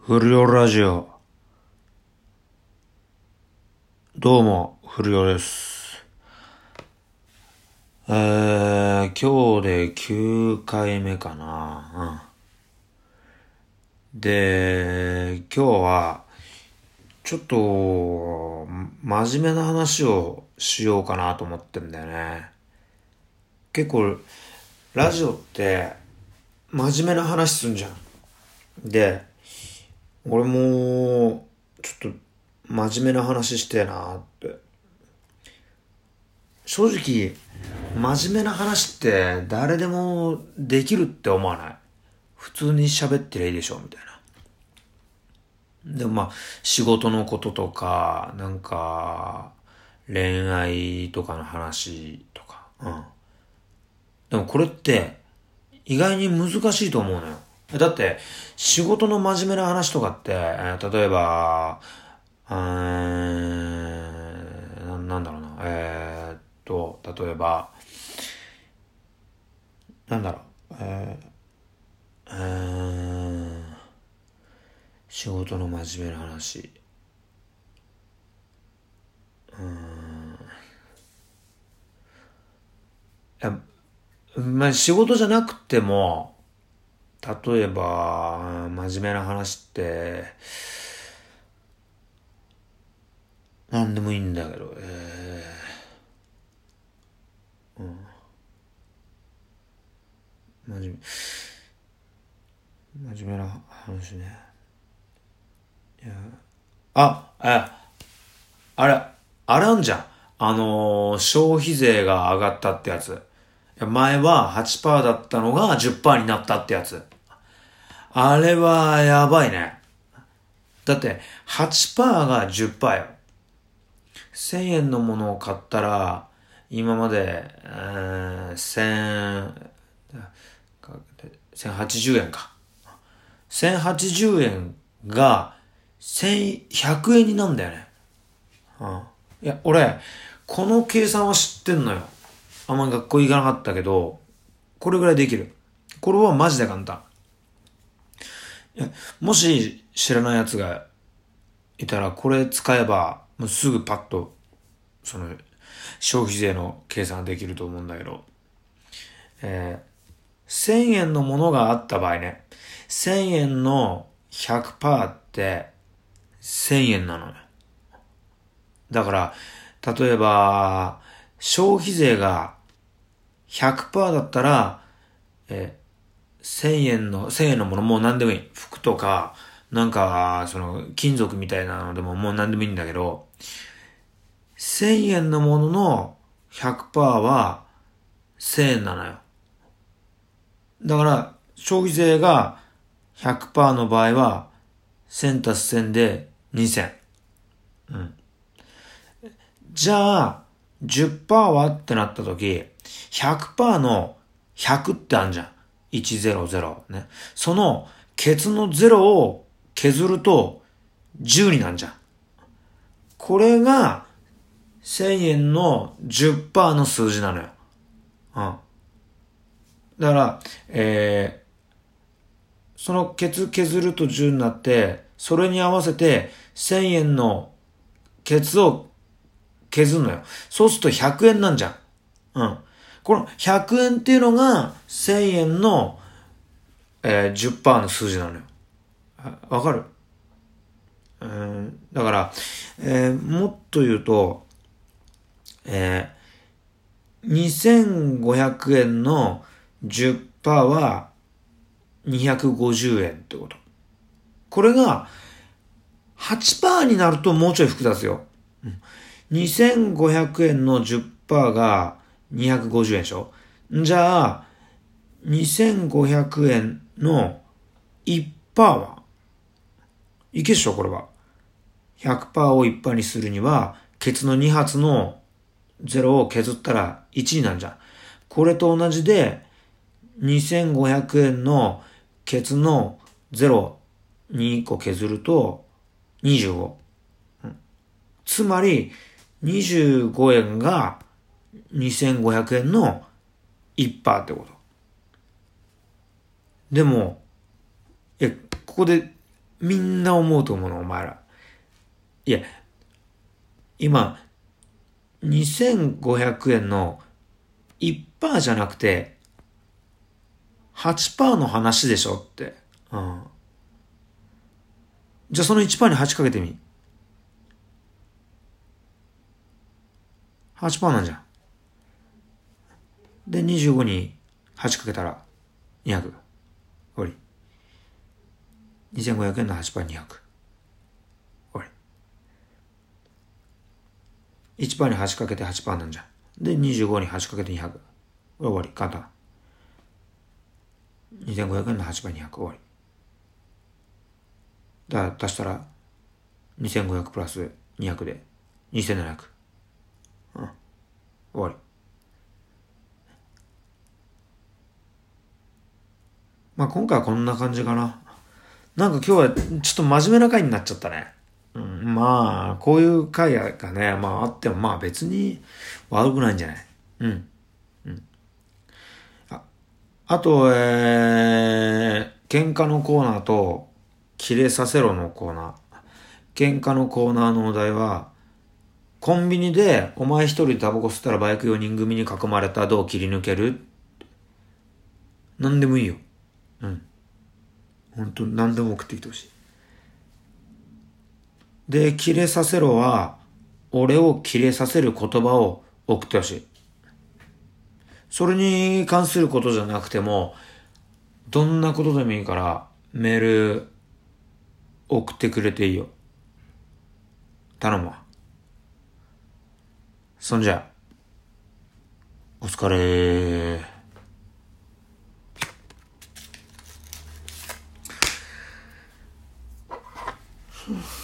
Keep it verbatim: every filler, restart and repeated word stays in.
フリオラジオ。どうも、フリオです。えー、今日できゅうかいめかな。うん。で、今日は、ちょっと、真面目な話をしようかなと思ってんだよね。結構、ラジオって、真面目な話すんじゃん。で、俺も、ちょっと、真面目な話してえなって。正直、真面目な話って誰でもできるって思わない。普通に喋ってりゃいいでしょみたいな。でもまあ、仕事のこととか、なんか、恋愛とかの話とか。うん。でもこれって、意外に難しいと思うのよ。だって、仕事の真面目な話とかって、えー例えば、うーん、ななんだろうな。えーっと、例えば、なんだろう。えー、うーん、仕事の真面目な話。いや、まあ、仕事じゃなくても、例えば、真面目な話って、なんでもいいんだけど、えー、真面目、真面目な話ね。あ、え、あれ、あれあんじゃん。あのー消費税が上がったってやつ。いや前ははちパーセントだったのがじゅっパーセントになったってやつ。あれはやばいね。だって、はちパーセントがじゅっパーセントよ。せんえんのものを買ったら、今まで、えー、せん、せんはちじゅうえんか。せんはちじゅうえんがせんひゃくえんになんだよね。うん。いや、俺、この計算は知ってんのよ。あんま学校行かなかったけど、これぐらいできる。これはマジで簡単。いや、もし知らないやつがいたら、これ使えば、もうすぐパッと、その、消費税の計算ができると思うんだけど、えー、せんえんのものがあった場合ね、せんえんのひゃくパーセントってせんえんなのよ。だから、例えば、消費税がひゃくパーセントだったら、えー、せんえんの、せんえんのものもう何でもいい。服とか、なんか、その、金属みたいなのでももう何でもいいんだけど、せんえんのもののひゃくパーセントはせんえんなのよ。だから、消費税がひゃくパーセントの場合は、せん足すせんでにせん。うん。じゃあ、じゅっパーセントはってなった時、ひゃくパーセントのひゃくってあるじゃん。いちぜろぜろね。その、ケツのゼロを削るとじゅうになんじゃん。これがせんえんのじゅっパーセントの数字なのよ。うん。だから、えー、そのケツ削るとじゅうになって、それに合わせてせんえんのケツを削るのよ。そうするとひゃくえんなんじゃん。うん。このひゃくえんっていうのがせんえんの、えー、じゅっパーセントの数字なのよ。わかる？うん、だから、えー、もっと言うと、えー、にせんごひゃくえんのじゅっパーセントはにひゃくごじゅうえんってこと。これがはちパーセントになるともうちょい複雑よ。うん、にせんごひゃくえんの じゅっパーセント がにひゃくごじゅうえんでしょ。じゃあ、にせんごひゃくえんの いちパーセント はいけっしょこれは。ひゃくパーセント を いちパーセント にするには、ケツのに発のゼロを削ったらいちになるじゃん。これと同じで、にせんごひゃくえんのケツのゼロにこ削るとにじゅうご。うん、つまり、にじゅうごえんがにせんごひゃくえんの いちパーセント ってこと。でも、え、ここでみんな思うと思うの、お前ら。いや、今、にせんごひゃくえんの いちパーセント じゃなくて、はちパーセント の話でしょって。うん。じゃあその いちパーセント にはちかけてみ。はちパーセント なんじゃん。で、にじゅうごにはちかけたらにひゃく。終わり。にせんごひゃくえんの はちパーセント にひゃく。終わり。いちパーセント にはちかけて はちパーセント なんじゃん。で、にじゅうごにはちかけてにひゃく。終わり。簡単。にせんごひゃくえんの はちパーセント にひゃく。終わり。だから足したら、にせんごひゃくプラスにひゃくでにせんななひゃく。うん。終わり。まあ今回はこんな感じかな。なんか今日はちょっと真面目な回になっちゃったね。うん、まあ、こういう回がね、まああってもまあ別に悪くないんじゃない。うん。うん。あ、あと、えー、喧嘩のコーナーと、キレさせろのコーナー。喧嘩のコーナーのお題は、コンビニでお前一人でタバコ吸ったらバイクよにん組に囲まれたどう切り抜ける？なんでもいいよ。うん。ほんと、なんでも送ってきてほしい。で、キレさせろは、俺をキレさせる言葉を送ってほしい。それに関することじゃなくても、どんなことでもいいから、メール送ってくれていいよ。頼むわ。そんじゃ、お疲れー。